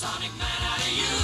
Sonic man out of you.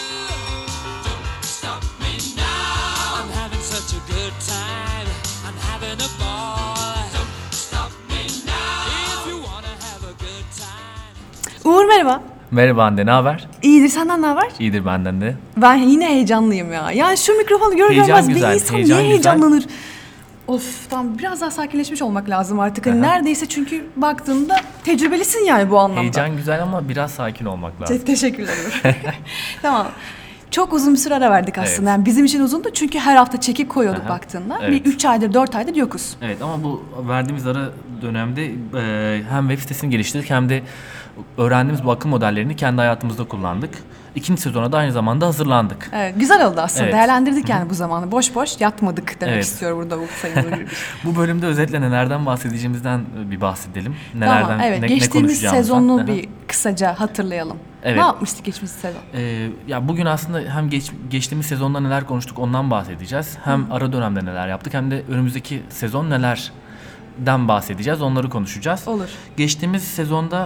Don't stop me now. I'm having such a good time. I'm having a ball. Don't stop me now. If you wanna have a good time. Uğur merhaba. Merhaba Hande, ne haber? İyidir, senden ne haber? İyidir benden de. Ben yine heyecanlıyım ya. Yani şu mikrofonu görür Heyecan görmez bir güzel, insan heyecan niye güzel. heyecanlanır? Of tamam, biraz daha sakinleşmiş olmak lazım artık. Hani neredeyse, çünkü baktığında tecrübelisin yani bu anlamda. Heyecan güzel ama biraz sakin olmak lazım. Teşekkürler Uğur. Tamam. Çok uzun bir süre ara verdik aslında. Evet. Yani bizim için uzundu çünkü her hafta çekip koyuyorduk baktığında. Evet. Bir 3 aydır 4 aydır yokuz. Evet ama bu verdiğimiz ara dönemde hem web sitesini geliştirdik hem de öğrendiğimiz bu akıl modellerini kendi hayatımızda kullandık. İkinci sezona da aynı zamanda hazırlandık. Evet, güzel oldu aslında. Evet. Değerlendirdik yani bu zamanı. Boş boş yatmadık demek Evet. istiyor burada bu sayın Uğur. Bu bölümde özetle nelerden bahsedeceğimizden bir bahsedelim. Nelerden, Tamam, evet. ne Geçtiğimiz konuşacağımızdan. sezonu Aha. bir kısaca hatırlayalım. Evet. Ne yapmıştık geçtiğimiz sezon? Ya bugün aslında hem geçtiğimiz sezonda neler konuştuk ondan bahsedeceğiz. Hem ara dönemde neler yaptık hem de önümüzdeki sezon nelerden bahsedeceğiz. Onları konuşacağız. Olur. Geçtiğimiz sezonda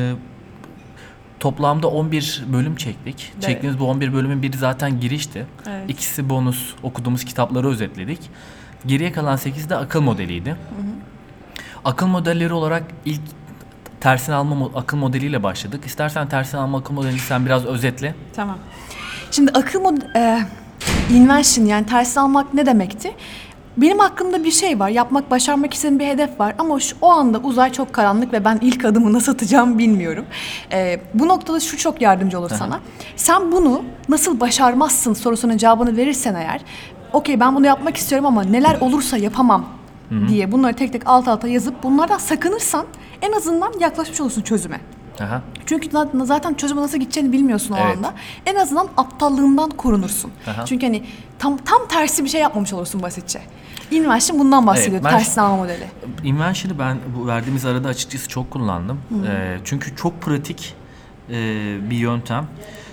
toplamda 11 bölüm çektik. Evet. Çektiğimiz bu 11 bölümün biri zaten girişti. Evet. İkisi bonus, okuduğumuz kitapları özetledik. Geriye kalan 8 de akıl modeliydi. Akıl modelleri olarak ilk tersine alma akıl modeliyle başladık. İstersen tersine alma akıl modelini sen biraz özetle. Tamam. Şimdi invention, yani tersine almak ne demekti? Benim aklımda bir şey var, yapmak, başarmak istediğim bir hedef var ama o anda uzay çok karanlık ve ben ilk adımı nasıl atacağım bilmiyorum. Bu noktada şu çok yardımcı olur sana. Sen bunu nasıl başarmazsın sorusunun cevabını verirsen eğer, okey ben bunu yapmak istiyorum ama neler olursa yapamam diye bunları tek tek alt alta yazıp bunlardan sakınırsan en azından yaklaşmış olursun çözüme. Aha. Çünkü zaten çözüme nasıl gideceğini bilmiyorsun o Evet. anda. En azından aptallığından korunursun. Aha. Çünkü hani tam tersi bir şey yapmamış olursun basitçe. Invention bundan bahsediyor, Evet, tersine alma modeli. Invention'ı ben bu verdiğimiz arada açıkçası çok kullandım. Çünkü çok pratik bir yöntem.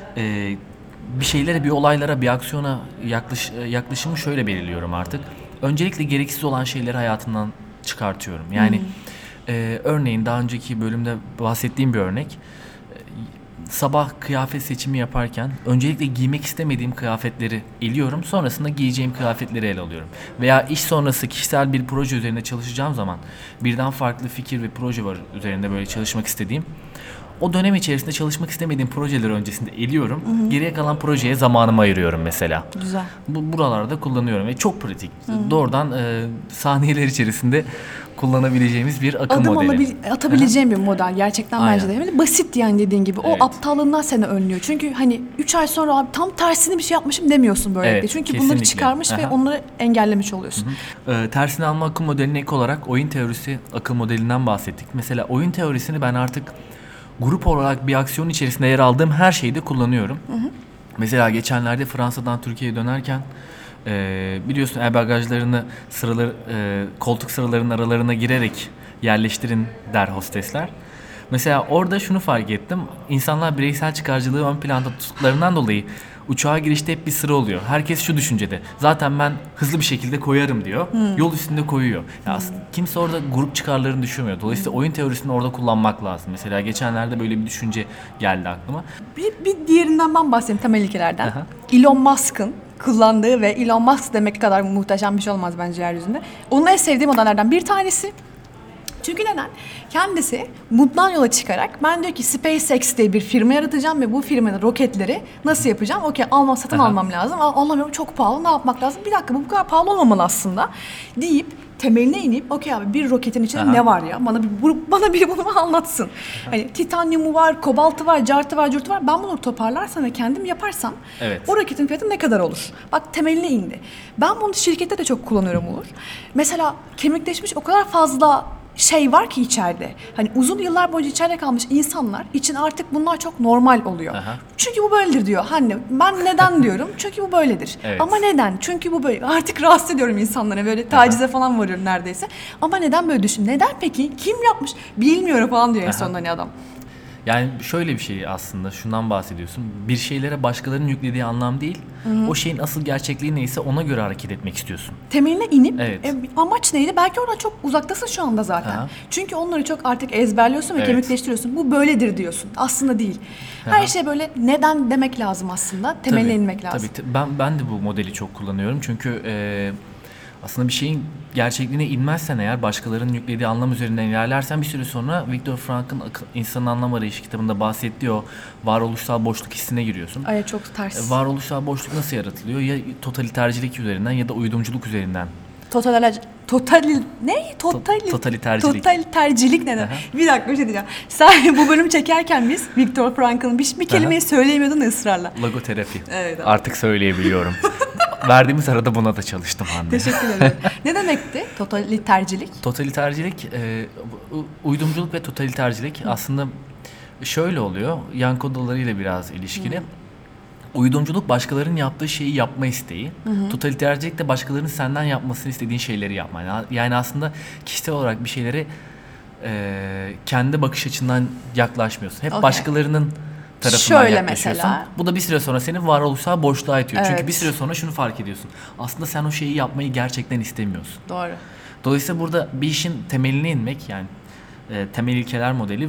Bir şeylere, bir olaylara, bir aksiyona yaklaşımı şöyle belirliyorum artık. Öncelikle gereksiz olan şeyleri hayatımdan çıkartıyorum. Yani örneğin daha önceki bölümde bahsettiğim bir örnek. Sabah kıyafet seçimi yaparken öncelikle giymek istemediğim kıyafetleri eliyorum. Sonrasında giyeceğim kıyafetleri ele alıyorum. Veya iş sonrası kişisel bir proje üzerinde çalışacağım zaman birden farklı fikir ve proje var üzerinde böyle çalışmak istediğim. O dönem içerisinde çalışmak istemediğim projeleri öncesinde eliyorum. Geriye kalan projeye zamanımı ayırıyorum mesela. Güzel. Buralarda kullanıyorum ve çok pratik. Doğrudan saniyeler içerisinde kullanabileceğimiz bir akım modeli. Atabileceğim bir model gerçekten bence de. Böyle basit yani dediğin gibi. O Evet. aptallığından seni önlüyor. Çünkü hani 3 ay sonra abi tam tersini bir şey yapmışım demiyorsun böylelikle. Evet, Çünkü kesinlikle. bunları çıkarmış ve Aha. onları engellemiş oluyorsun. Tersine alma akım modeline ek olarak oyun teorisi akıl modelinden bahsettik. Mesela oyun teorisini ben artık grup olarak bir aksiyon içerisinde yer aldığım her şeyde kullanıyorum. Mesela geçenlerde Fransa'dan Türkiye'ye dönerken biliyorsun bagajlarını koltuk sıralarının aralarına girerek yerleştirin der hostesler. Mesela orada şunu fark ettim. İnsanlar bireysel çıkarcılığı ön planda tuttuklarından dolayı uçağa girişte hep bir sıra oluyor. Herkes şu düşüncede. Zaten ben hızlı bir şekilde koyarım diyor. Yol üstünde koyuyor. Ya kimse orada grup çıkarlarını düşünmüyor. Dolayısıyla oyun teorisini orada kullanmak lazım. Mesela geçenlerde böyle bir düşünce geldi aklıma. Bir diğerinden ben bahsedeyim, temel ilkelerden. Aha. Elon Musk'ın kullandığı ve Elon Musk demek kadar muhteşem bir şey olmaz bence yeryüzünde. Onun en sevdiğim modellerden bir tanesi. Çünkü neden? Kendisi bundan yola çıkarak ben diyor ki SpaceX diye bir firma yaratacağım ve bu firmanın roketleri nasıl yapacağım? Okey, satın almam lazım. Alamıyorum, çok pahalı, ne yapmak lazım? Bir dakika, bu kadar pahalı olmamalı aslında deyip temeline inip okey abi bir roketin içinde ne var ya? Bana biri bunu anlatsın. Hani titanyumu var, kobaltı var, cartı var, curtu var. Ben bunu toparlarsam ve kendim yaparsam Evet. o roketin fiyatı ne kadar olur? Bak, temeline indi. Ben bunu şirkette de çok kullanıyorum Uğur. Mesela kemikleşmiş o kadar fazla şey var ki içeride. Hani uzun yıllar boyunca içeride kalmış insanlar için artık bunlar çok normal oluyor. Aha. Çünkü bu böyledir diyor. Hani ben neden diyorum? Çünkü bu böyledir. Evet. Ama neden? Çünkü bu böyle. Artık rahatsız ediyorum insanlara. Böyle tacize falan varıyorum neredeyse. Ama neden böyle düşün? Neden peki? Kim yapmış? Bilmiyorum falan diyor en sonunda hani adam. Yani şöyle bir şey aslında, şundan bahsediyorsun. Bir şeylere başkalarının yüklediği anlam değil, o şeyin asıl gerçekliği neyse ona göre hareket etmek istiyorsun. Temeline inip Evet. amaç neydi? Belki oradan çok uzaktasın şu anda zaten. Aha. Çünkü onları çok artık ezberliyorsun ve Evet. kemikleştiriyorsun. Bu böyledir diyorsun. Aslında değil. Her şey böyle neden demek lazım aslında. Temeline Tabii, inmek lazım. Ben de bu modeli çok kullanıyorum. Çünkü aslında bir şeyin gerçekliğine inmezsen eğer, başkalarının yüklediği anlam üzerinden ilerlersen bir süre sonra Viktor Frankl'ın İnsanın Anlam Arayışı kitabında bahsettiği o varoluşsal boşluk hissine giriyorsun. Ay çok ters. Varoluşsal boşluk nasıl yaratılıyor? Ya totalitercilik üzerinden ya da uydumculuk üzerinden. Totalitercilik ne demek? Aha. Bir dakika bir şey diyeceğim. Sen bu bölümü çekerken biz Viktor Frankl'ın bir kelimeyi söyleyemiyordun da ısrarla. Logoterapi. Evet. Artık söyleyebiliyorum. Verdiğimiz arada buna da çalıştım Hande. Teşekkür ederim. Ne demekti totalitercilik? Totalitercilik, uydumculuk ve totalitercilik aslında şöyle oluyor. Yan kod odalarıyla biraz ilişkili. Uydumculuk başkalarının yaptığı şeyi yapma isteği. Totalitercilik de başkalarının senden yapmasını istediğin şeyleri yapma. Yani aslında kişisel olarak bir şeyleri kendi bakış açından yaklaşmıyorsun. Hep Okey. başkalarının tarafından Şöyle yaklaşıyorsun. mesela. Bu da bir süre sonra seni varoluşsal boşluğa itiyor. Evet. Çünkü bir süre sonra şunu fark ediyorsun. Aslında sen o şeyi yapmayı gerçekten istemiyorsun. Doğru. Dolayısıyla burada bir işin temeline inmek, yani temel ilkeler modeli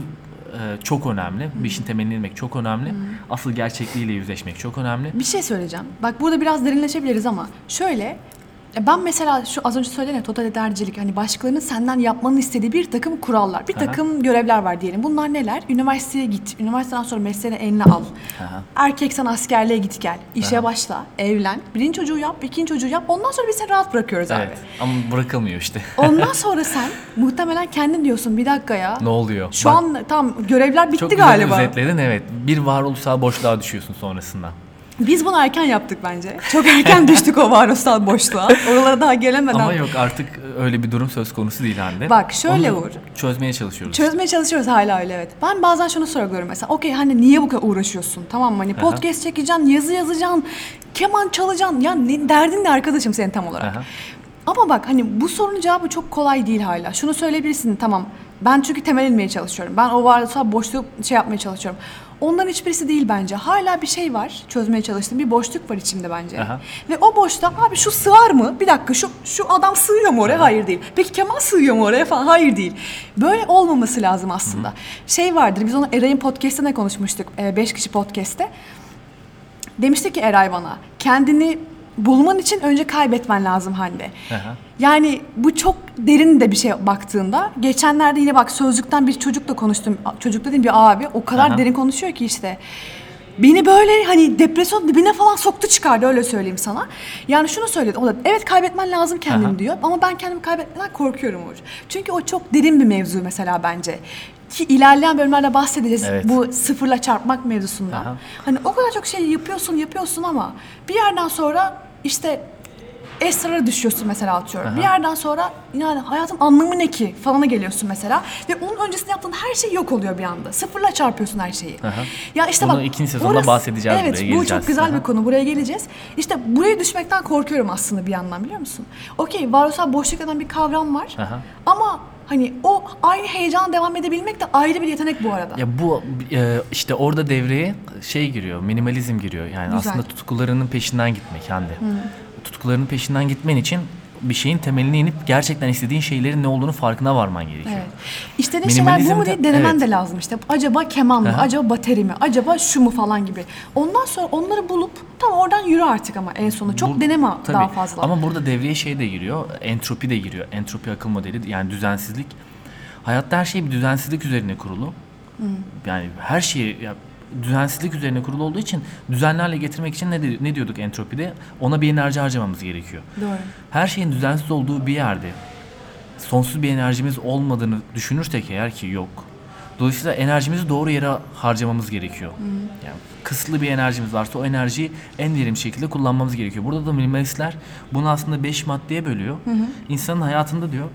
çok önemli. Bir işin temeline inmek çok önemli. Asıl gerçekliğiyle yüzleşmek çok önemli. Bir şey söyleyeceğim. Bak burada biraz derinleşebiliriz ama şöyle ben mesela şu az önce söyledim ya totalitercilik hani başkalarının senden yapmanı istediği bir takım kurallar, bir takım görevler var diyelim. Bunlar neler? Üniversiteye git. Üniversiteden sonra mesleğini eline al. Aha. Erkeksen askerliğe git gel. İşe başla. Evlen. Birinci çocuğu yap, ikinci çocuğu yap. Ondan sonra biz seni rahat bırakıyoruz abi. Evet. Ama bırakılmıyor işte. Ondan sonra sen muhtemelen kendin diyorsun bir dakika ya. Ne oluyor? Şu Bak, an tam görevler bitti çok güzel galiba. özetledin, evet. Bir varoluşsal boşluğa düşüyorsun sonrasında. Biz bunu erken yaptık bence. Çok erken düştük o varoluşsal boşluğa. Oralara daha gelemeden. Ama yok, artık öyle bir durum söz konusu değil Hande. Bak şöyle Onu Uğur. çözmeye çalışıyoruz. Çözmeye çalışıyoruz hala öyle evet. Ben bazen şunu sorguluyorum mesela. Okey hani niye bu kadar uğraşıyorsun? Tamam mı? Hani podcast çekeceksin, yazı yazacaksın, keman çalacaksın. Ya derdin ne arkadaşım senin tam olarak? Aha. Ama bak hani bu sorunun cevabı çok kolay değil hala. Şunu söyleyebilirsin tamam. Ben çünkü temel inmeye çalışıyorum. Ben o varoluşsal boşluğu yapmaya çalışıyorum. Onların hiçbirisi değil bence. Hala bir şey var çözmeye çalıştığım. Bir boşluk var içimde bence. Aha. Ve o boşluğa abi şu sığar mı? Bir dakika şu adam sığıyor mu oraya? Hayır değil. Peki keman sığıyor mu oraya falan? Hayır değil. Böyle olmaması lazım aslında. Şey vardır biz onu Eray'ın podcast'te konuşmuştuk. 5 kişi podcast'te. Demişti ki Eray bana kendini bulman için önce kaybetmen lazım Hande. Aha. Yani bu çok derin de bir şey baktığında. Geçenlerde yine bak Sözlük'ten bir çocukla konuştum. Çocuk dediğim bir abi. O kadar Aha. derin konuşuyor ki işte. Beni böyle hani depresyon dibine falan soktu çıkardı öyle söyleyeyim sana. Yani şunu söyledi. O da evet kaybetmen lazım kendini Aha. diyor. Ama ben kendimi kaybetmeden korkuyorum Uğur. Çünkü o çok derin bir mevzu mesela bence. Ki ilerleyen bölümlerde bahsedeceğiz Evet. bu sıfırla çarpmak mevzusundan. Aha. Hani o kadar çok şey yapıyorsun ama bir yerden sonra işte esrara düşüyorsun mesela atıyorum. Aha. Bir yerden sonra yani hayatın anlamı ne ki falana geliyorsun mesela ve onun öncesinde yaptığın her şey yok oluyor bir anda. Sıfırla çarpıyorsun her şeyi. Aha. Ya işte Bunu bak ikinci sezonda bahsedeceğiz, Evet buraya bu geleceğiz. çok güzel Aha. bir konu. Buraya geleceğiz. İşte buraya düşmekten korkuyorum aslında bir yandan biliyor musun? Okey varoluşsal boşluk denen bir kavram var. Aha. Ama hani o aynı heyecan devam edebilmek de ayrı bir yetenek bu arada. Ya bu işte orada devreye şey giriyor, minimalizm giriyor. Yani Güzel. aslında tutkularının peşinden gitmek Hande. Tutkularının peşinden gitmen için bir şeyin temeline inip gerçekten istediğin şeylerin ne olduğunu farkına varman gerekiyor. Evet. İstediğin şeyler bu mu diye denemen evet. de lazım işte. Acaba keman mı? Aha. Acaba bateri mi? Acaba şu mu falan gibi. Ondan sonra onları bulup tam oradan yürü artık ama en sonunda. Çok deneme Tabii. daha fazla. Ama burada devreye şey de giriyor, entropi de giriyor. Entropi akıl modeli, yani düzensizlik. Hayatta her şey bir düzensizlik üzerine kurulu. Yani her şey düzensizlik üzerine kurulu olduğu için düzenli hale getirmek için ne diyorduk entropide? Ona bir enerji harcamamız gerekiyor. Doğru. Her şeyin düzensiz olduğu bir yerde sonsuz bir enerjimiz olmadığını düşünürsek eğer ki yok. Dolayısıyla enerjimizi doğru yere harcamamız gerekiyor. Yani kısıtlı bir enerjimiz varsa o enerjiyi en verimli şekilde kullanmamız gerekiyor. Burada da minimalistler bunu aslında 5 maddeye bölüyor. İnsanın hayatında diyor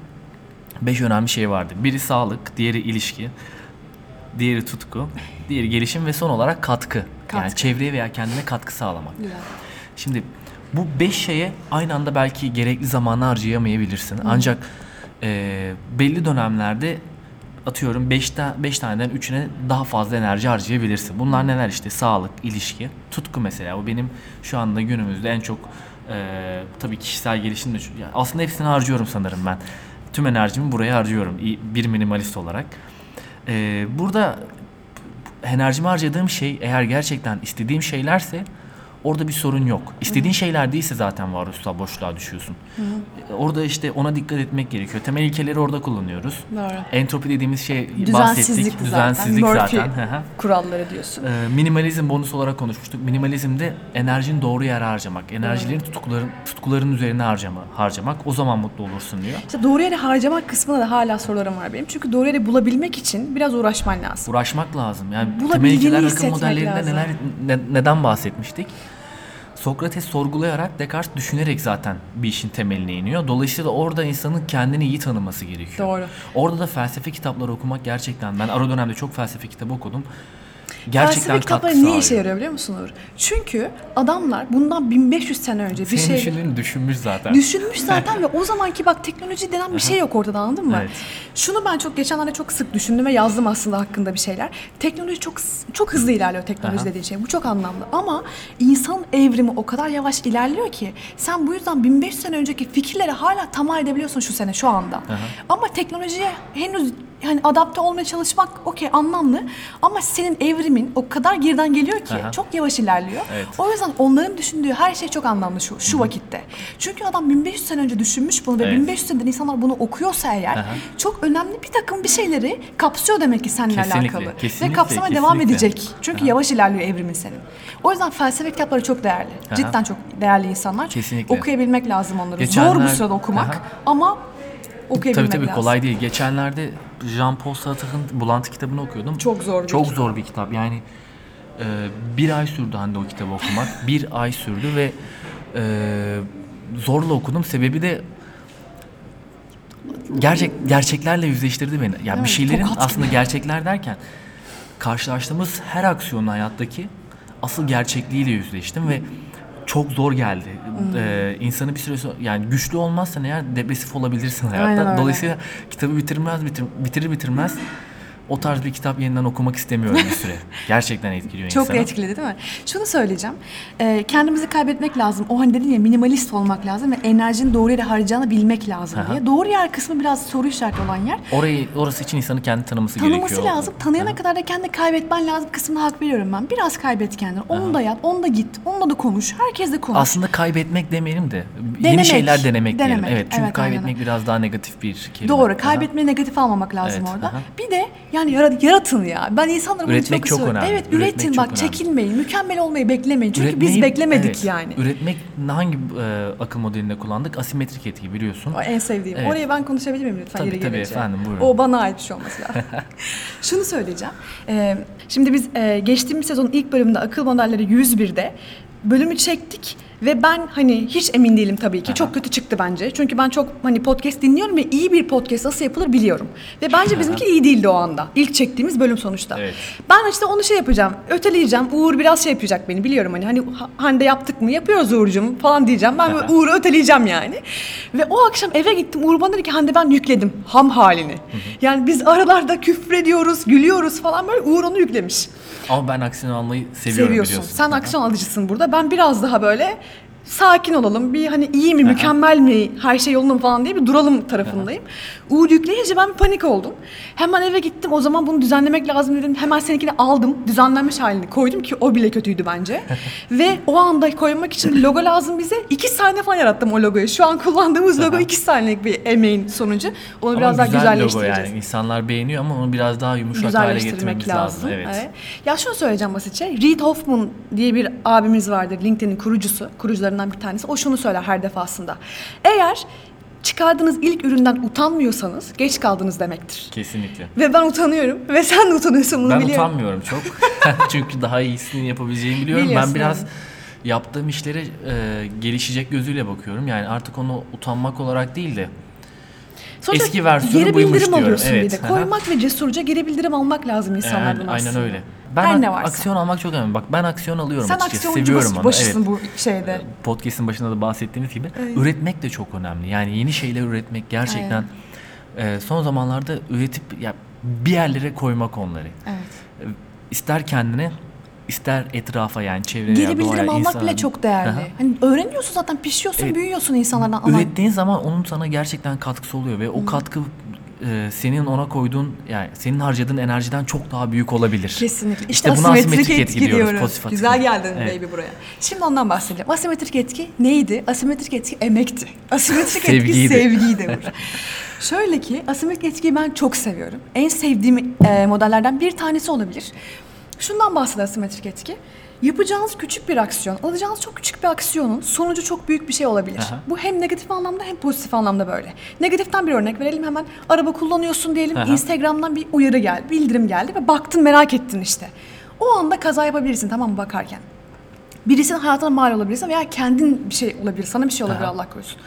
5 önemli şey vardır. Biri sağlık, diğeri ilişki, diğeri tutku, diğeri gelişim ve son olarak katkı. Yani Katkı. çevreye veya kendine katkı sağlamak. Güzel. Şimdi bu 5 şeye aynı anda belki gerekli zamanı harcayamayabilirsin. Ancak belli dönemlerde atıyorum 5 taneden 3'üne daha fazla enerji harcayabilirsin. Bunlar neler işte? Sağlık, ilişki, tutku mesela. O benim şu anda günümüzde en çok tabii kişisel gelişim de yani aslında hepsini harcıyorum sanırım ben. Tüm enerjimi buraya harcıyorum bir minimalist olarak. Burada enerjimi harcadığım şey eğer gerçekten istediğim şeylerse orada bir sorun yok. İstediğin şeyler değilse zaten varoluşsal boşluğa düşüyorsun. Orada işte ona dikkat etmek gerekiyor. Temel ilkeleri orada kullanıyoruz. Doğru. Entropi dediğimiz şey Düzensizlik bahsettik. Düzensizlik Murphy zaten. kuralları diyorsun. Minimalizm bonus olarak konuşmuştuk. Minimalizmde enerjini doğru yere harcamak. Enerjileri tutkuların üzerine harcamak. O zaman mutlu olursun diyor. İşte doğru yere harcamak kısmında da hala sorularım var benim. Çünkü doğru yeri bulabilmek için biraz uğraşman lazım. Uğraşmak lazım. Yani temel Bulabildiğini ilkeler akıl hissetmek modellerinde lazım. neden bahsetmiştik? Sokrates sorgulayarak, Descartes düşünerek zaten bir işin temeline iniyor. Dolayısıyla orada insanın kendini iyi tanıması gerekiyor. Doğru. Orada da felsefe kitapları okumak gerçekten, ben ara dönemde çok felsefe kitabı okudum. Gerçekten Felsefe katkı kitapları niye sağlıyor. işe yarıyor biliyor musun Uğur? Çünkü adamlar bundan 1500 sene önce bir Senin şey düşündüğünü düşünmüş zaten. düşünmüş zaten ve o zamanki bak teknoloji denen bir şey yok ortada, anladın mı? Evet. Şunu ben geçenlerde çok sık düşündüm ve yazdım aslında hakkında bir şeyler. Teknoloji çok hızlı ilerliyor, teknoloji dediğin şey. Bu çok anlamlı ama insan evrimi o kadar yavaş ilerliyor ki sen bu yüzden 1500 sene önceki fikirleri hala tamah edebiliyorsun şu anda. Ama teknolojiye henüz hani adapte olmaya çalışmak okey, anlamlı ama senin evrimin o kadar geriden geliyor ki çok yavaş ilerliyor. Evet. O yüzden onların düşündüğü her şey çok anlamlı şu vakitte. Çünkü adam 1500 sene önce düşünmüş bunu ve 1500 senedir insanlar bunu okuyorsa eğer çok önemli bir takım bir şeyleri kapsıyor demek ki seninle Kesinlikle, alakalı. kesinlikle, Ve kapsamaya devam kesinlikle. edecek. Çünkü yavaş ilerliyor evrimin senin. O yüzden felsefe kitapları çok değerli. Cidden çok değerli insanlar. Kesinlikle. Okuyabilmek lazım onları. Geçenler- Zor bu sırada okumak ama okuyabilmek Tabii lazım. kolay değil. Geçenlerde Jean-Paul Sartre'ın Bulantı kitabını okuyordum. Çok zor bir Çok kitap. zor bir kitap. Yani bir ay sürdü Hande o kitabı okumak. Bir ay sürdü ve zorla okudum. Sebebi de gerçeklerle yüzleştirdi beni. Ya bir şeylerin tokat aslında gerçekler derken karşılaştığımız her aksiyonun hayattaki asıl gerçekliğiyle yüzleştim ve çok zor geldi. İnsanı bir süre sonra, yani güçlü olmazsan eğer depresif olabilirsin hayatta. Aynen öyle. Dolayısıyla kitabı bitirir bitirmez o tarz bir kitap yeniden okumak istemiyorum bir süre. Gerçekten etkiliyor Çok insanı. etkiledi değil mi? Şunu söyleyeceğim. Kendimizi kaybetmek lazım. O hani dedin ya, minimalist olmak lazım ve enerjinin doğru yere harcayacağını bilmek lazım diye. Doğru yer kısmı biraz soru işareti olan yer. Orası için insanın kendi tanıması gerekiyor. Tanıması lazım. Tanıyana kadar da kendini kaybetmen lazım kısmına hak veriyorum ben. Biraz kaybet kendini. Onu da yap, onu da git, onunla da konuş. Herkesle konuş. Aslında kaybetmek demeyelim de Denemek. yeni şeyler denemek diyelim. Denemek. Evet, çünkü Evet, kaybetmek aynen. biraz daha negatif bir kelime. Doğru. Kaybetmeyi negatif almamak lazım Evet, orada. aha. Bir de yani yaratın ya. Ben insanlara bunu Üretmek çok çok istiyorum. önemli. Evet, Üretmek üretin çok bak, önemli. çekinmeyin. Mükemmel olmayı beklemeyin. Çünkü biz beklemedik evet, yani. Üretmek hangi akıl modelinde kullandık? Asimetrik etki biliyorsun. O en sevdiğim. Evet. Oraya ben konuşabilir miyim lütfen Tabii, yeri tabii gelince? efendim, buyurun. O bana ait bir şey olması lazım. Şunu söyleyeceğim. Şimdi biz geçtiğimiz sezonun ilk bölümünde Akıl Modelleri 101'de bölümü çektik ve ben hani hiç emin değilim tabii ki. Çok kötü çıktı bence. Çünkü ben çok hani podcast dinliyorum ve iyi bir podcast nasıl yapılır biliyorum. Ve bence bizimki iyi değildi o anda. İlk çektiğimiz bölüm sonuçta. Evet. Ben işte onu şey yapacağım. Öteleyeceğim. Uğur biraz şey yapacak beni, biliyorum hani Hande yaptık mı? Yapıyoruz Uğur'cum falan diyeceğim. Ben böyle Uğur'u öteleyeceğim yani. Ve o akşam eve gittim. Uğur bana dedi ki Hande ben yükledim ham halini. Yani biz aralarda küfrediyoruz, gülüyoruz falan, böyle Uğur onu yüklemiş. Ama ben aksiyon almayı seviyorum biliyorsun. Sen aksiyon alıcısın burada. Ben biraz daha böyle sakin olalım. Bir hani iyi mi, mükemmel mi, her şey yolunda mı falan diye bir duralım tarafındayım. Uğur yükleyince ben bir panik oldum. Hemen eve gittim. O zaman bunu düzenlemek lazım dedim. Hemen seninkini aldım. Düzenlenmiş halini koydum ki o bile kötüydü bence. Ve o anda koymak için bir logo lazım bize. 2 saniye falan yarattım o logoyu. Şu an kullandığımız logo 2 saniyelik bir emeğin sonucu. Onu Ama biraz daha güzel logo güzelleştireceğiz. yani. İnsanlar beğeniyor ama onu biraz daha yumuşak hale getirmemiz lazım. Evet. Ya şunu söyleyeceğim basitçe. Reid Hoffman diye bir abimiz vardır. LinkedIn'in kurucularından bir tanesi. O şunu söyler her defasında. Eğer çıkardığınız ilk üründen utanmıyorsanız geç kaldınız demektir. Kesinlikle. Ve ben utanıyorum ve sen de utanıyorsun, bunu Ben biliyorum. utanmıyorum çok. Çünkü daha iyisini yapabileceğimi biliyorum. Biliyorsun, Ben biraz evet. yaptığım işlere gelişecek gözüyle bakıyorum. Yani artık onu utanmak olarak değil de Sonuçta eski versiyonu geri buymuş bildirim diyorum. alıyorsun Evet. bir de. Koymak ve cesurca geri bildirim almak lazım insanlardan aslında. Aynen öyle. Her ne varsa. Aksiyon almak çok önemli. Bak ben aksiyon alıyorum Sen açıkçası. aksiyoncu Seviyorum onu. başısın Evet. bu şeyde. Podcast'in başında da bahsettiğiniz gibi üretmek de çok önemli. Yani yeni şeyler üretmek gerçekten son zamanlarda üretip ya bir yerlere koymak onları. Evet. İster kendine, ister etrafa, yani çevreye, Geri bildirim doğaya, almak insana. bile çok değerli. Aha. Hani öğreniyorsun zaten, pişiyorsun, Evet. büyüyorsun insanlardan. Ama Ürettiğin zaman onun sana gerçekten katkısı oluyor ve o katkı senin ona koyduğun, yani senin harcadığın enerjiden çok daha büyük olabilir. kesinlikle. İşte buna asimetrik etki diyoruz. Pozitif Güzel etki. geldin Evet. baby buraya. Şimdi ondan bahsedelim. Asimetrik etki neydi? Asimetrik etki emekti. Asimetrik etki Sevgiydi. sevgiydi. Şöyle ki, asimetrik etkiyi ben çok seviyorum. En sevdiğim modellerden bir tanesi olabilir. Şundan bahseder asimetrik etki. Yapacağınız küçük bir aksiyon, alacağınız çok küçük bir aksiyonun sonucu çok büyük bir şey olabilir. Aha. Bu hem negatif anlamda hem pozitif anlamda böyle. Negatiften bir örnek verelim hemen. Araba kullanıyorsun diyelim. Aha. Instagram'dan bir uyarı geldi, bildirim geldi ve baktın, merak ettin işte. O anda kaza yapabilirsin, tamam mı, bakarken. Birisinin hayatına mal olabilirsin veya kendin bir şey olabilir, sana bir şey olabilir, Aha. Allah korusun.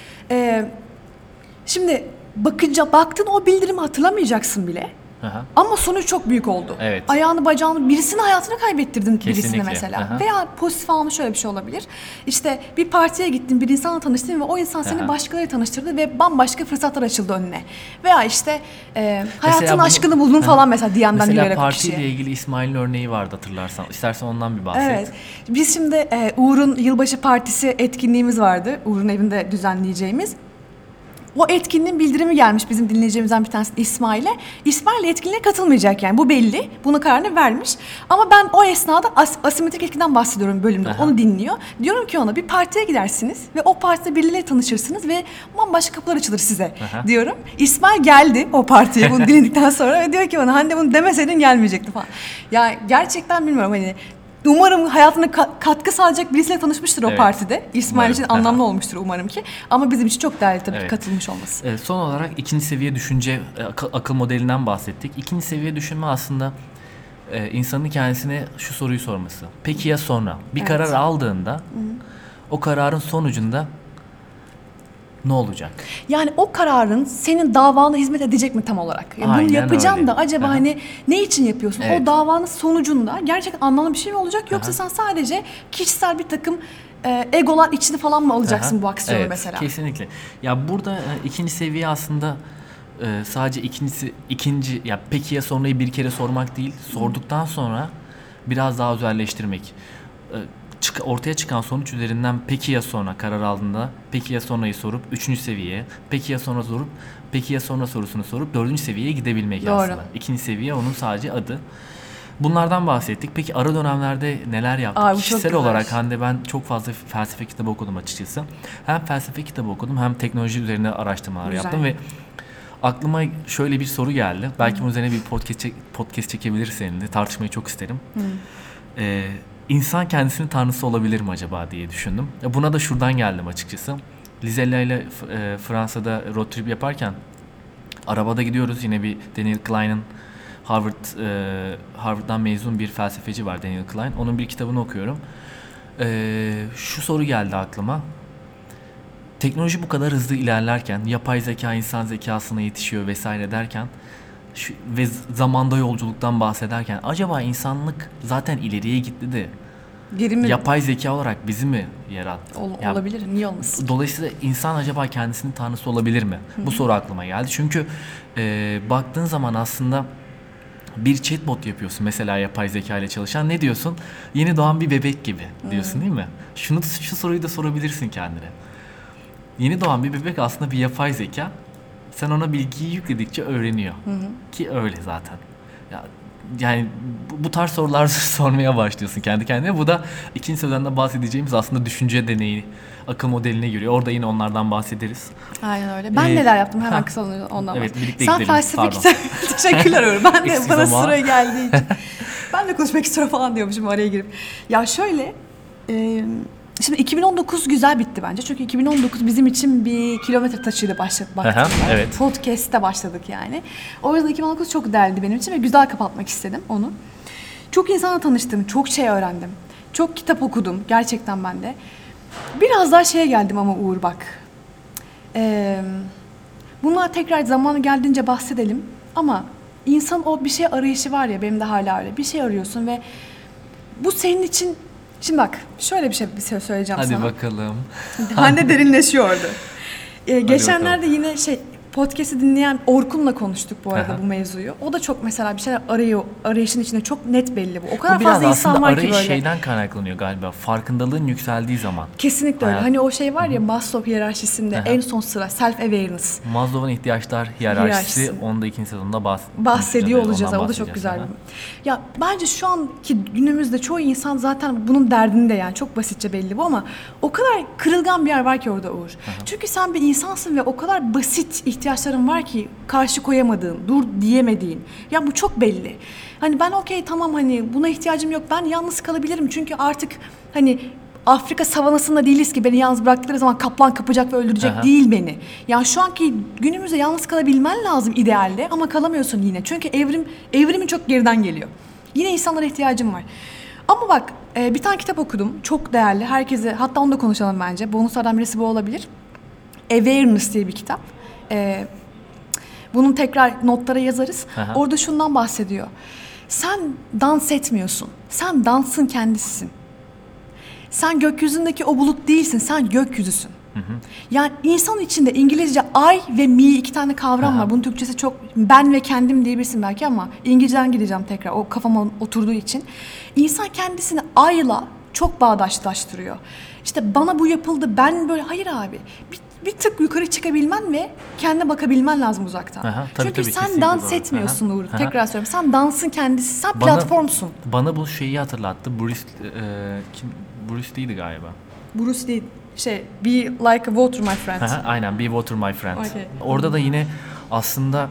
Şimdi baktın, o bildirimi hatırlamayacaksın bile. Aha. Ama sonuç çok büyük oldu. Evet. Ayağını, bacağını, birisinin hayatını kaybettirdin birisine Kesinlikle. mesela. Aha. Veya pozitif anlamda şöyle bir şey olabilir. İşte bir partiye gittin, bir insanla tanıştın ve o insan seni Aha. başkalarıyla tanıştırdı ve bambaşka fırsatlar açıldı önüne. Veya işte hayatın bunu- aşkını buldun falan mesela DM'den Mesela yürüyerek bir partiyle kişiye. ilgili İsmail'in örneği vardı, hatırlarsan. İstersen ondan bir bahset. Evet. Biz şimdi Uğur'un yılbaşı partisi etkinliğimiz vardı. Uğur'un evinde düzenleyeceğimiz. O etkinliğin bildirimi gelmiş bizim dinleyeceğimizden bir tanesi İsmail'e. İsmail etkinliğe katılmayacak, yani bu belli. Bunu kararını vermiş. Ama ben o esnada asimetrik etkiden bahsediyorum bölümde. Aha. Onu dinliyor. Diyorum ki ona, bir partiye gidersiniz ve o partide birileriyle tanışırsınız ve bambaşka kapılar açılır size Aha. diyorum. İsmail geldi o partiye bunu dinledikten sonra ve diyor ki bana, Hande bunu demeseydin gelmeyecekti falan. Ya gerçekten bilmiyorum, hani umarım hayatına katkı sağlayacak birisiyle tanışmıştır o Evet. partide. İsmail için Umarım. anlamlı olmuştur umarım ki. Ama bizim için çok değerli tabii Evet. katılmış olması. Son olarak ikinci seviye düşünce, akıl modelinden bahsettik. İkinci seviye düşünme aslında insanın kendisine şu soruyu sorması. Peki ya sonra? Bir Evet. karar aldığında o kararın sonucunda ne olacak? Yani o kararın senin davana hizmet edecek mi tam olarak? Yani bunu Aynen yapacaksın öyle. da acaba Aha. hani ne için yapıyorsun? Evet. O davanın sonucunda gerçekten anlamlı bir şey mi olacak? Yoksa Aha. sen sadece kişisel bir takım egolar içini falan mı alacaksın Aha. bu aksiyonu Evet, mesela? Kesinlikle. Ya burada ikinci seviye aslında sadece ikinci ya peki ya sonrayı bir kere sormak değil, sorduktan sonra biraz daha özelleştirmek. Ortaya çıkan sonuç üzerinden peki ya sonra karar aldığında peki ya sonrayı sorup üçüncü seviyeye, peki ya sonra sorup peki ya sonra sorusunu sorup dördüncü seviyeye gidebilmek Doğru. aslında. İkinci seviye onun sadece adı. Bunlardan bahsettik. Peki ara dönemlerde neler yaptık? Aa, bu çok Kişisel güzel. olarak Hande, ben çok fazla felsefe kitabı okudum açıkçası. Hem felsefe kitabı okudum hem teknoloji üzerine araştırmalar Güzel. yaptım ve aklıma şöyle bir soru geldi. Belki bunun üzerine bir podcast çekebiliriz seninle. Tartışmayı çok isterim. İnsan kendisinin tanrısı olabilir mi acaba diye düşündüm. Buna da şuradan geldim açıkçası. Lizella ile Fransa'da road trip yaparken arabada gidiyoruz. Yine bir Daniel Klein'in Harvard'dan mezun bir felsefeci var, Daniel Klein. Onun bir kitabını okuyorum. Şu soru geldi aklıma. Teknoloji bu kadar hızlı ilerlerken, yapay zeka insan zekasına yetişiyor vesaire derken ve zamanda yolculuktan bahsederken acaba insanlık zaten ileriye gitti de Geri mi? yapay zeka olarak bizi mi yarattı? Ya, Olabilir. Niye olmasın? dolayısıyla insan acaba kendisinin tanrısı olabilir mi? Bu soru aklıma geldi. Çünkü baktığın zaman aslında bir chatbot yapıyorsun mesela yapay zeka ile çalışan. Ne diyorsun? Yeni doğan bir bebek gibi diyorsun değil mi? Şu soruyu da sorabilirsin kendine. Yeni doğan bir bebek aslında bir yapay zeka. Sen ona bilgiyi yükledikçe öğreniyor. Ki öyle zaten. Yani bu tarz sorular sormaya başlıyorsun kendi kendine. Bu da ikinci sözden bahsedeceğimiz aslında düşünce deneyi, akıl modeline giriyor. Orada yine onlardan bahsederiz. Aynen öyle. Ben neler yaptım hemen ha. kısa ondan Evet, bahsedeyim. birlikte Sen gidelim. felsefe Pardon. kitabı... Teşekkürler Uğur. Ben de Eksik bana zaman. sıra geldiği için. Ben de konuşmak istiyorum falan diyormuşum araya girip. Ya şöyle... Şimdi 2019 güzel bitti bence. Çünkü 2019 bizim için bir kilometre taşıydı baktığımda. evet. Podcast'te başladık yani. O yüzden 2019 çok değerli benim için ve güzel kapatmak istedim onu. Çok insanla tanıştım, çok şey öğrendim. Çok kitap okudum gerçekten ben de. Biraz daha şeye geldim ama Uğur bak. Bunlar tekrar zamanı geldiğince bahsedelim. Ama insan o bir şey arayışı var ya, benim de hala öyle. Bir şey arıyorsun ve bu senin için... Şimdi bak şöyle bir şey söyleyeceğim Hadi sana. bakalım. Hande derinleşiyordu. Geçenlerde bakalım. yine podcast'i dinleyen Orkun'la konuştuk bu arada Aha. bu mevzuyu. O da çok mesela bir şeyler arıyor. Arayışın içinde çok net belli bu. O kadar Bu biraz fazla insan aslında var ki arayış böyle. şeyden kaynaklanıyor galiba. Farkındalığın yükseldiği zaman. Kesinlikle öyle. Hayat- Hani o şey var ya Maslow hiyerarşisinde Aha. en son sıra self awareness. Maslow'un ihtiyaçlar hiyerarşisi, Hiyerarşisi. onu da ikinci sezonda Bahsediyor olacağız. Ondan O da çok bahsedeceğiz. güzel. Aha. Ya bence şu anki günümüzde çoğu insan zaten bunun derdinde yani. Çok basitçe belli bu ama o kadar kırılgan bir yer var ki orada Uğur. Çünkü sen bir insansın ve o kadar basit ihtiyaçların var ki karşı koyamadığın, dur diyemediğin. Ya bu çok belli. Hani ben okey tamam hani buna ihtiyacım yok. Ben yalnız kalabilirim çünkü artık hani Afrika savanasında değiliz ki beni yalnız bıraktıkları zaman kaplan kapacak ve öldürecek Aha. değil beni. Yani şu anki günümüzde yalnız kalabilmen lazım idealde ama kalamıyorsun yine. Çünkü evrimin çok geriden geliyor. Yine insanlara ihtiyacım var. Ama bak bir tane kitap okudum. Çok değerli. Herkese hatta onu da konuşalım bence. Bonuslardan birisi bu olabilir. Awareness diye bir kitap. Bunun tekrar notlara yazarız. Aha. Orada şundan bahsediyor. Sen dans etmiyorsun. Sen dansın kendisisin. Sen gökyüzündeki o bulut değilsin. Sen gökyüzüsün. Yani insan içinde İngilizce I ve me iki tane kavram Aha. var. Bunun Türkçesi çok ben ve kendim diyebilirsin belki ama İngilizceden gideceğim tekrar. O kafama oturduğu için. İnsan kendisini I'la çok bağdaşlaştırıyor. İşte bana bu yapıldı. Ben böyle hayır abi. Bir tık yukarı çıkabilmen ve kendine bakabilmen lazım uzaktan. Aha, tabii, Çünkü tabii, sen kesinlikle dans doğru. etmiyorsun Aha, Uğur. aha. Tekrar söylüyorum. Sen dansın kendisi. Sen Bana- platformsun. Bana bu şeyi hatırlattı. Bruce Lee'di galiba. Bruce Lee be like a water my friend. Aha, aynen, Be Water My Friend. Okay. Orada da yine aslında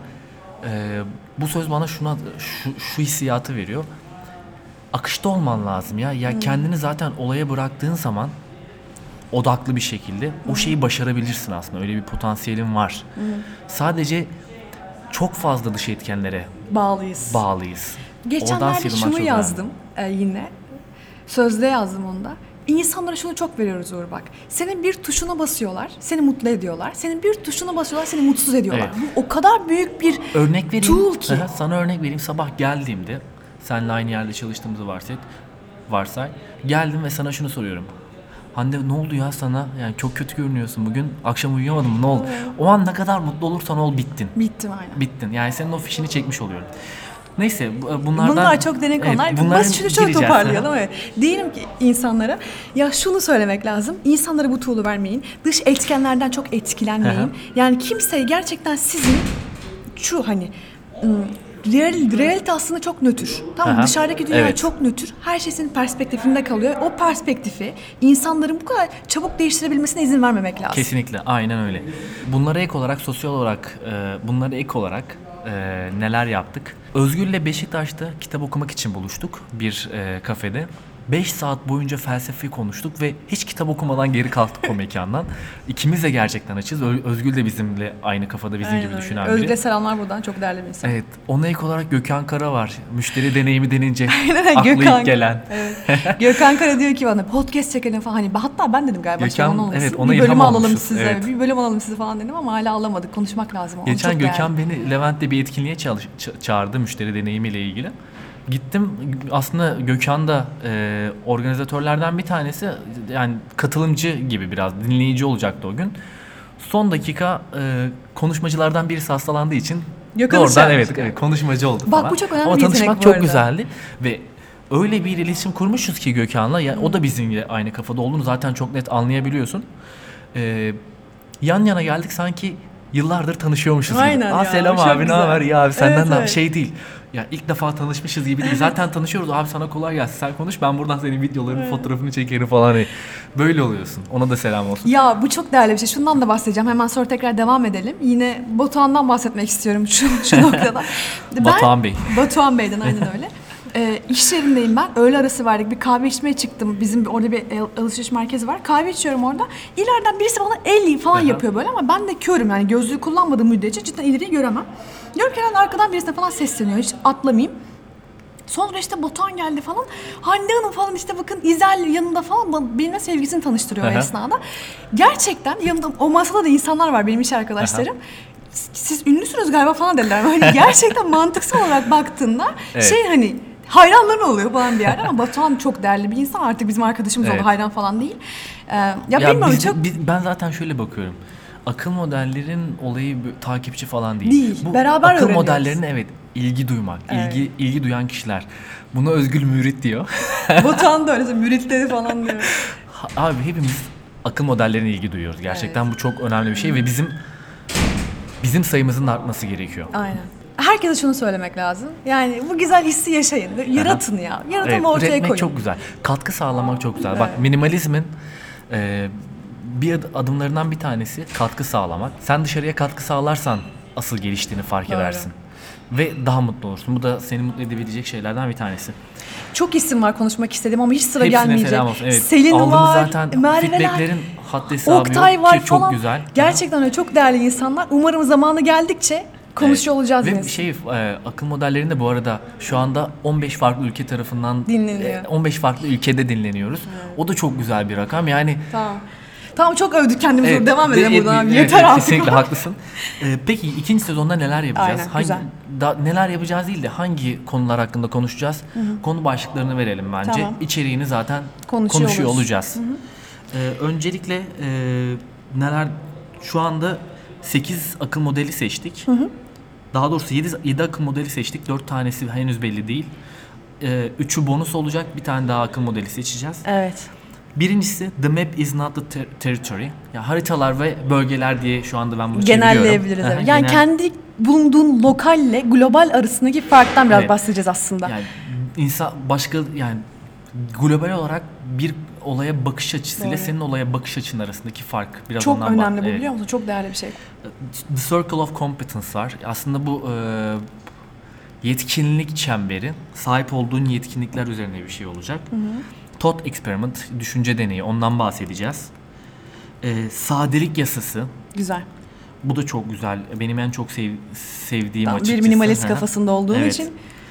bu söz bana şu hissiyatı veriyor. Akışta olman lazım ya. Ya kendini zaten olaya bıraktığın zaman odaklı bir şekilde o şeyi başarabilirsin aslında. Öyle bir potansiyelin var. Sadece çok fazla dış etkenlere Bağlıyız. bağlıyız. Oradan Geçenlerde sıyrılmak şunu çok yazdım yine. Sözde yazdım onu da. İnsanlara şunu çok veriyoruz Uğur bak. Senin bir tuşuna basıyorlar, seni mutlu ediyorlar. Senin bir tuşuna basıyorlar, seni mutsuz ediyorlar. Evet. Bu o kadar büyük bir Örnek vereyim. tool ki. Aha, sana örnek vereyim. Sabah geldiğimde seninle aynı yerde çalıştığımızı varsay. Geldim ve sana şunu soruyorum. Hande ne oldu ya sana? Yani çok kötü görünüyorsun bugün. Akşam uyuyamadın mı? Ne oldu? O an ne kadar mutlu olursan ol bittin. Bittim aynen. Bittin. Yani senin o fişini çekmiş oluyorum. Neyse bunlardan... Bunlar çok derin konular. Evet, bunların Basit şunu şöyle gireceğiz. toparlayalım. Evet. Diyelim ki insanlara ya şunu söylemek lazım. İnsanlara bu tool'u vermeyin. Dış etkenlerden çok etkilenmeyin. Hı hı. Yani kimseye gerçekten sizin şu hani realite aslında çok nötr. Tamam mı? Aha, Dışarıdaki dünya evet. çok nötr. Her şey senin perspektifinde kalıyor. O perspektifi insanların bu kadar çabuk değiştirebilmesine izin vermemek lazım. Kesinlikle, aynen öyle. Bunlara ek olarak, sosyal olarak, neler yaptık? Özgür'le Beşiktaş'ta kitap okumak için buluştuk bir kafede. 5 saat boyunca felsefe konuştuk ve hiç kitap okumadan geri kalktık o mekandan. İkimiz de gerçekten açız. Özgül de bizimle aynı kafada, bizim Aynen gibi öyle. düşünen biri. Özgür'e selamlar buradan. Çok değerli bir insan. Evet. Ona ek olarak Gökhan Kara var. Müşteri deneyimi denince Aynen, aklı Gökhan. ilk gelen. Evet. Gökhan Kara diyor ki bana podcast çekelim falan. Hani hatta ben dedim galiba. Gökhan, Gökhan, evet, ona bir bölüm ilham alalım almışız, size. evet. Bir bölüm alalım size falan dedim ama hala alamadık. Konuşmak lazım. Onu Geçen çok Gökhan değerli. beni Levent'te bir etkinliğe çağırdı müşteri deneyimiyle ilgili. Gittim, aslında Gökhan da organizatörlerden bir tanesi, yani katılımcı gibi, biraz dinleyici olacaktı o gün. Son dakika konuşmacılardan birisi hastalandığı için Gökhan'ı doğrudan çağırmış. evet konuşmacı oldu Bak, falan. bu çok önemli Ama bir yetenek tanışmak bu çok arada. güzeldi ve öyle bir iletişim kurmuşuz ki Gökhan'la, yani o da bizimle aynı kafada olduğunu zaten çok net anlayabiliyorsun. Yan yana geldik, sanki yıllardır tanışıyormuşuz gibi. Aynen ya, Selam çok abi, ne güzel. haber ya abi, senden Evet, ne evet. şey değil. Ya ilk defa tanışmışız gibi değil. Zaten tanışıyoruz abi, sana kolay gelsin. Sen konuş, ben buradan senin videolarını, fotoğrafını çekerim falan. Hani böyle oluyorsun. Ona da selam olsun. Ya bu çok değerli bir şey. Şundan da bahsedeceğim. Hemen sonra tekrar devam edelim. Yine Batuhan'dan bahsetmek istiyorum şu noktada. Batuhan Bey. Batuhan Bey'den aynen öyle. İş yerindeyim ben. Öğle arası verdik. Bir kahve içmeye çıktım. Bizim orada bir alışveriş merkezi var. Kahve içiyorum orada. İleriden birisi bana 50 falan yapıyor böyle ama ben de körüm yani gözlüğü kullanmadığım müddetçe cidden ileriyi göremem. Diyorum ki herhalde arkadan birisine falan sesleniyor. Hiç atlamayayım. Sonra işte Batuhan geldi falan. Hande Hanım falan işte bakın İzel yanında falan benimle sevgilisini tanıştırıyor o Aha. esnada. Gerçekten yanında o masada da insanlar var benim iş arkadaşlarım. Siz ünlüsünüz galiba falan dediler. Hani gerçekten mantıksal olarak baktığında Evet. hani hayranların oluyor falan bir yerde ama Batuhan çok değerli bir insan, artık bizim arkadaşımız Evet. oldu, hayran falan değil. Ya bilmiyorum çok... Ben zaten şöyle bakıyorum. akıl modellerin olayı takipçi falan değil. Değil, Bu beraber akıl öğreniyoruz. modellerine evet ilgi duymak, Evet. ilgi duyan kişiler. Buna Özgül Mürit diyor. Batuhan da öyle müritleri falan diyor. Abi hepimiz akıl modellerine ilgi duyuyoruz. Gerçekten bu çok önemli bir şey ve bizim sayımızın da artması gerekiyor. Aynen. Herkese şunu söylemek lazım. Yani bu güzel hissi yaşayın. Yaratın ya. Yaratın Evet, ortaya üretmek koyun. çok güzel. Katkı sağlamak çok güzel. Bak Evet. minimalizmin bir adımlarından bir tanesi katkı sağlamak. Sen dışarıya katkı sağlarsan asıl geliştiğini fark Doğru. edersin. Ve daha mutlu olursun. Bu da seni mutlu edebilecek şeylerden bir tanesi. Çok isim var konuşmak istediğim ama hiç sıra Hepsine gelmeyecek. selam olsun. Evet. Selin Aldığımız var, zaten Merve'ler, feedbacklerin haddi hesabı Oktay yok var ki çok falan. güzel. Gerçekten öyle çok değerli insanlar. Umarım zamanı geldikçe konuşuyor olacağız Ve yine. akıl modellerinde bu arada şu anda 15 farklı ülke tarafından Dinleniyor. 15 farklı ülkede dinleniyoruz. O da çok güzel bir rakam. Yani Tamam. Tamam çok övdük kendimizi. evet, Devam edelim buradan. evet, Yeter evet, artık. kesinlikle haklısın. Peki ikinci sezonda neler yapacağız? Aynen, güzel. Neler yapacağız değil de hangi konular hakkında konuşacağız? Konu başlıklarını verelim bence. Tamam. İçeriğini zaten Konuşuyor konuşuyor oluruz. olacağız. Öncelikle neler şu anda 8 akıl modeli seçtik. Daha doğrusu 7 akıl modeli seçtik. 4 tanesi henüz belli değil. 3'ü bonus olacak. Bir tane daha akıl modeli seçeceğiz. Evet. Birincisi The Map is not the territory. Ya haritalar ve bölgeler diye şu anda ben bunu çeviriyorum. Genelleyebiliriz. Aha, Evet. Yani genel- kendi bulunduğun lokalle global arasındaki farktan biraz Evet. bahsedeceğiz aslında. yani insan başka yani global olarak bir olaya bakış açısıyla Doğru. senin olaya bakış açın arasındaki fark biraz Çok ondan önemli bu evet. biliyor musun? Çok değerli bir şey. The Circle of Competence var. Aslında bu yetkinlik çemberi, sahip olduğun yetkinlikler üzerine bir şey olacak. Thought Experiment, düşünce deneyi, ondan bahsedeceğiz. Sadelik yasası, Güzel. bu da çok güzel. Benim en çok sevdiğim Tam açıkçası. bir minimalist Hı hı. kafasında olduğun Evet. için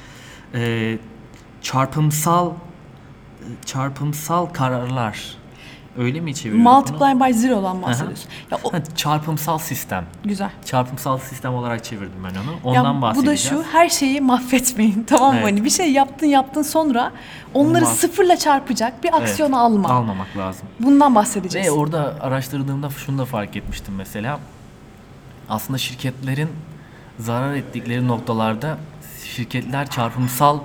çarpımsal kararlar. Öyle mi çeviriyoruz bunu? multiply by zero'dan bahsediyorsun. Ya o, Çarpımsal sistem. güzel. Çarpımsal sistem olarak çevirdim ben onu. Ya Ondan bu bahsedeceğiz. da şu, her şeyi mahvetmeyin tamam mı? Evet. Hani bir şey yaptın sonra onları Olmaz. sıfırla çarpacak bir aksiyon alma. Almamak lazım. Bundan bahsedeceğiz. Ve orada araştırdığımda şunu da fark etmiştim mesela. Aslında şirketlerin zarar ettikleri noktalarda şirketler çarpımsal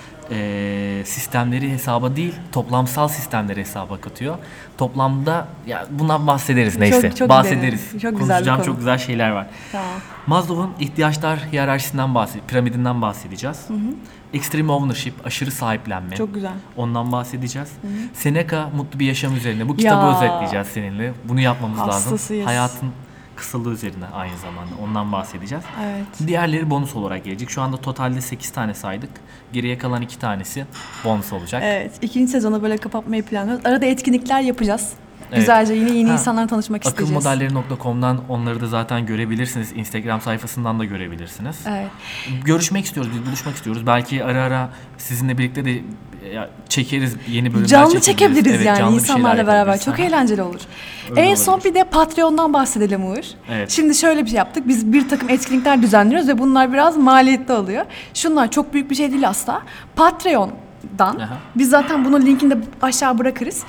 sistemleri hesaba değil, toplamsal sistemleri hesaba katıyor. Toplamda ya bundan bahsederiz neyse. çok bahsederiz. gidelim. Çok güzel bir Konuşacağım konu. çok güzel şeyler var. Tamam. Maslow'un ihtiyaçlar hiyerarşisinden piramidinden bahsedeceğiz. Extreme ownership, aşırı sahiplenme. Çok güzel. Ondan bahsedeceğiz. Seneca mutlu bir yaşam üzerine. Bu kitabı Ya. özetleyeceğiz seninle. Bunu yapmamız lazım. Hastasıyız. Hayatın kısalığı üzerine aynı zamanda. Ondan bahsedeceğiz. Evet. Diğerleri bonus olarak gelecek. Şu anda totalde 8 tane saydık. Geriye kalan 2 tanesi bonus olacak. Evet. İkinci sezonu böyle kapatmayı planlıyoruz. Arada etkinlikler yapacağız. Evet. Güzelce yine yeni Ha, insanlarla tanışmak isteyeceğiz. Akılmodelleri.com'dan onları da zaten görebilirsiniz. Instagram sayfasından da görebilirsiniz. Evet. Görüşmek istiyoruz, biz buluşmak istiyoruz. Belki ara ara sizinle birlikte de çekeriz, yeni bölümler Canlı çekebiliriz. çekebiliriz Evet, yani canlı bir insanlarla şeyler beraber. yapabiliriz. Çok Aha. eğlenceli olur. Öyle En son olabilir. bir de Patreon'dan bahsedelim Uğur. Evet. Şimdi şöyle bir şey yaptık. Biz bir takım etkinlikler düzenliyoruz ve bunlar biraz maliyetli oluyor. Şunlar çok büyük bir şey değil asla. Patreon'dan Aha. biz zaten bunun linkini de aşağı bırakırız.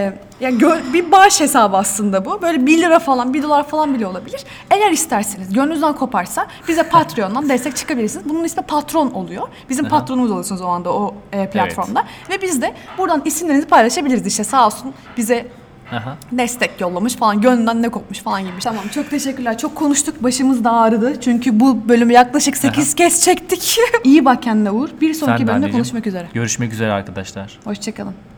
Bir bağış hesabı aslında bu. Böyle 1 lira falan, 1 dolar falan bile olabilir. Eğer isterseniz, gönlünüzden koparsa bize Patreon'dan destek çıkabilirsiniz. Bunun ismi patron oluyor. Bizim patronumuz oluyorsunuz o anda o platformda. Ve biz de buradan isimlerinizi paylaşabiliriz işte sağ olsun bize Aha. destek yollamış falan, gönlünden ne kopmuş falan gibi. Tamam çok teşekkürler. Çok konuştuk. Başımız da ağrıdı. Çünkü bu bölümü yaklaşık 8 kez çektik. İyi bak kendine Uğur. Bir sonraki Sen de bölümde anneciğim. konuşmak üzere. Görüşmek üzere arkadaşlar. Hoşçakalın.